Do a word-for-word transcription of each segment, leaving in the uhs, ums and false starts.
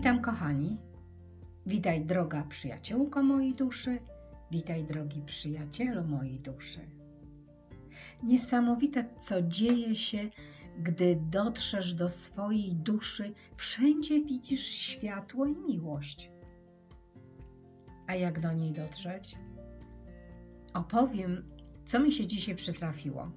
Witam kochani, witaj droga przyjaciółko mojej duszy, witaj drogi przyjacielu mojej duszy. Niesamowite, co dzieje się, gdy dotrzesz do swojej duszy, wszędzie widzisz światło i miłość. A jak do niej dotrzeć? Opowiem, co mi się dzisiaj przytrafiło.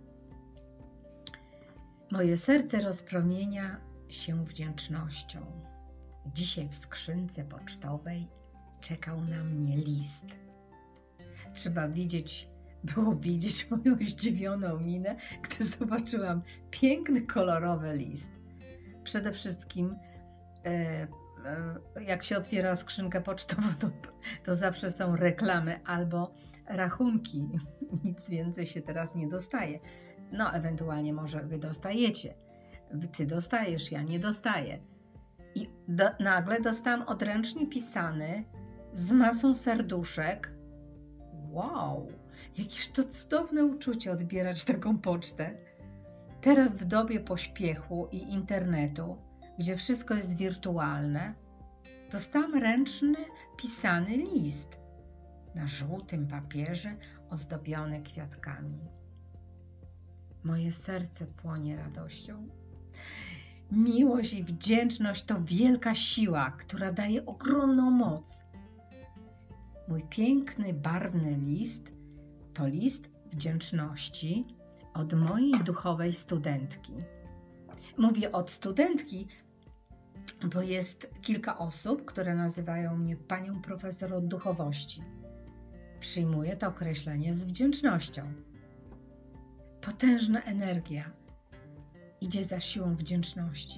Moje serce rozpromienia się wdzięcznością. Dzisiaj w skrzynce pocztowej czekał na mnie list. Trzeba widzieć, było widzieć moją zdziwioną minę, gdy zobaczyłam piękny, kolorowy list. Przede wszystkim e, e, jak się otwiera skrzynkę pocztową, to, to zawsze są reklamy albo rachunki. Nic więcej się teraz nie dostaje. No, ewentualnie może wy dostajecie. Ty dostajesz, ja nie dostaję. I do, nagle dostałam odręcznie pisany z masą serduszek. Wow! Jakież to cudowne uczucie odbierać taką pocztę. Teraz w dobie pośpiechu i internetu, gdzie wszystko jest wirtualne, dostałam ręczny, pisany list na żółtym papierze ozdobiony kwiatkami. Moje serce płonie radością. Miłość i wdzięczność to wielka siła, która daje ogromną moc. Mój piękny, barwny list to list wdzięczności od mojej duchowej studentki. Mówię od studentki, bo jest kilka osób, które nazywają mnie panią profesor od duchowości. Przyjmuję to określenie z wdzięcznością. Potężna energia idzie za siłą wdzięczności.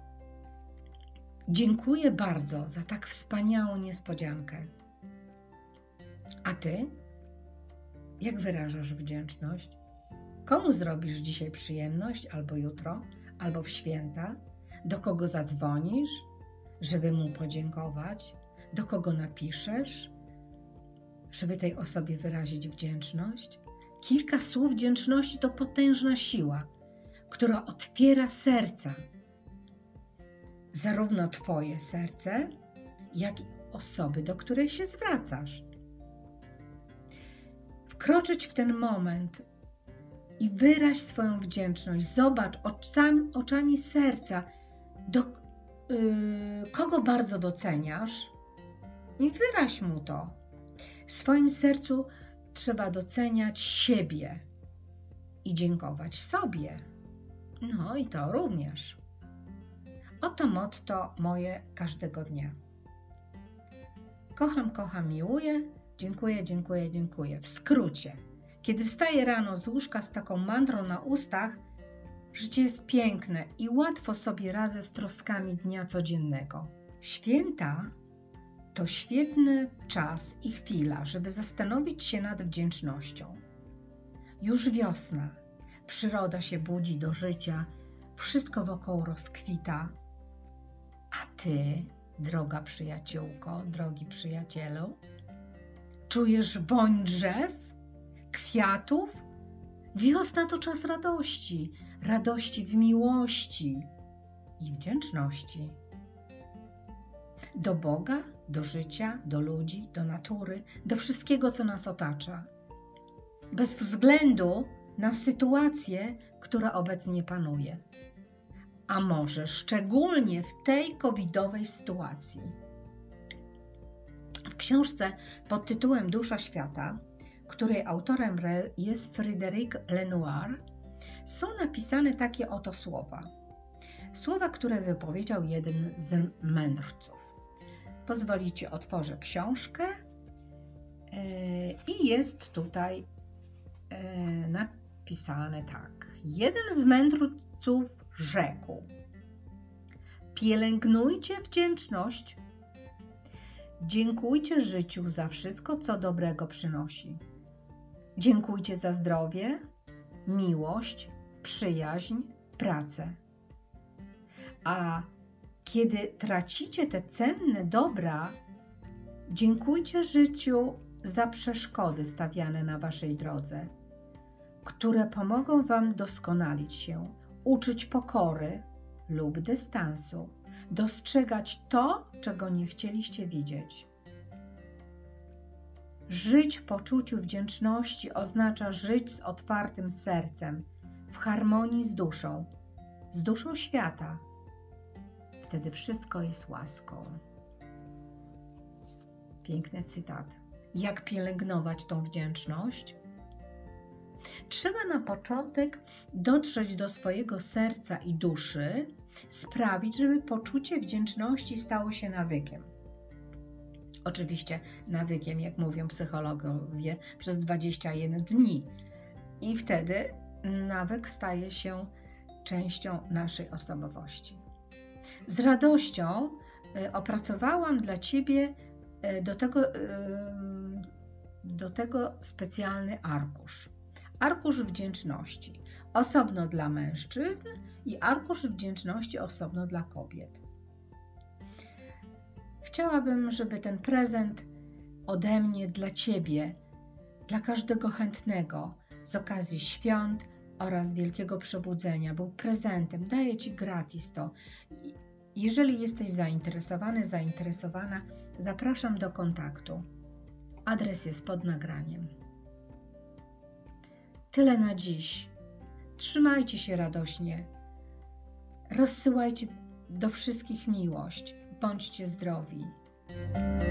Dziękuję bardzo za tak wspaniałą niespodziankę. A ty? Jak wyrażasz wdzięczność? Komu zrobisz dzisiaj przyjemność, albo jutro, albo w święta? Do kogo zadzwonisz, żeby mu podziękować? Do kogo napiszesz, żeby tej osobie wyrazić wdzięczność? Kilka słów wdzięczności to potężna siła, która otwiera serca. Zarówno twoje serce, jak i osoby, do której się zwracasz. Wkroczyć w ten moment i wyraź swoją wdzięczność. Zobacz oczami, oczami serca, do yy, kogo bardzo doceniasz i wyraź mu to. W swoim sercu trzeba doceniać siebie i dziękować sobie. No i to również. Oto motto moje każdego dnia. Kocham, kocham, miłuję, dziękuję, dziękuję, dziękuję. W skrócie, kiedy wstaję rano z łóżka z taką mantrą na ustach, życie jest piękne i łatwo sobie radzę z troskami dnia codziennego. Święta to świetny czas i chwila, żeby zastanowić się nad wdzięcznością. Już wiosna, przyroda się budzi do życia, wszystko wokół rozkwita. A ty, droga przyjaciółko, drogi przyjacielu, czujesz woń drzew, kwiatów? Wiosna to czas radości, radości w miłości i wdzięczności. Do Boga, do życia, do ludzi, do natury, do wszystkiego, co nas otacza. Bez względu na sytuację, która obecnie panuje. A może szczególnie w tej covidowej sytuacji. W książce pod tytułem Dusza świata, której autorem jest Frédéric Lenoir, są napisane takie oto słowa. Słowa, które wypowiedział jeden z mędrców. Pozwolicie, otworzę książkę i jest tutaj napisane tak. Jeden z mędrców rzekł: pielęgnujcie wdzięczność, dziękujcie życiu za wszystko, co dobrego przynosi. Dziękujcie za zdrowie, miłość, przyjaźń, pracę. A kiedy tracicie te cenne dobra, dziękujcie życiu za przeszkody stawiane na waszej drodze, które pomogą wam doskonalić się, uczyć pokory lub dystansu, dostrzegać to, czego nie chcieliście widzieć. Żyć w poczuciu wdzięczności oznacza żyć z otwartym sercem, w harmonii z duszą, z duszą świata. Wtedy wszystko jest łaską. Piękny cytat. Jak pielęgnować tą wdzięczność? Trzeba na początek dotrzeć do swojego serca i duszy, sprawić, żeby poczucie wdzięczności stało się nawykiem. Oczywiście nawykiem, jak mówią psychologowie, przez dwadzieścia jeden dni. I wtedy nawyk staje się częścią naszej osobowości. Z radością opracowałam dla Ciebie do tego, do tego specjalny arkusz. Arkusz wdzięczności osobno dla mężczyzn i arkusz wdzięczności osobno dla kobiet. Chciałabym, żeby ten prezent ode mnie dla Ciebie, dla każdego chętnego z okazji świąt oraz Wielkiego Przebudzenia był prezentem. Daję Ci gratis to. Jeżeli jesteś zainteresowany, zainteresowana, zapraszam do kontaktu. Adres jest pod nagraniem. Tyle na dziś. Trzymajcie się radośnie. Rozsyłajcie do wszystkich miłość. Bądźcie zdrowi.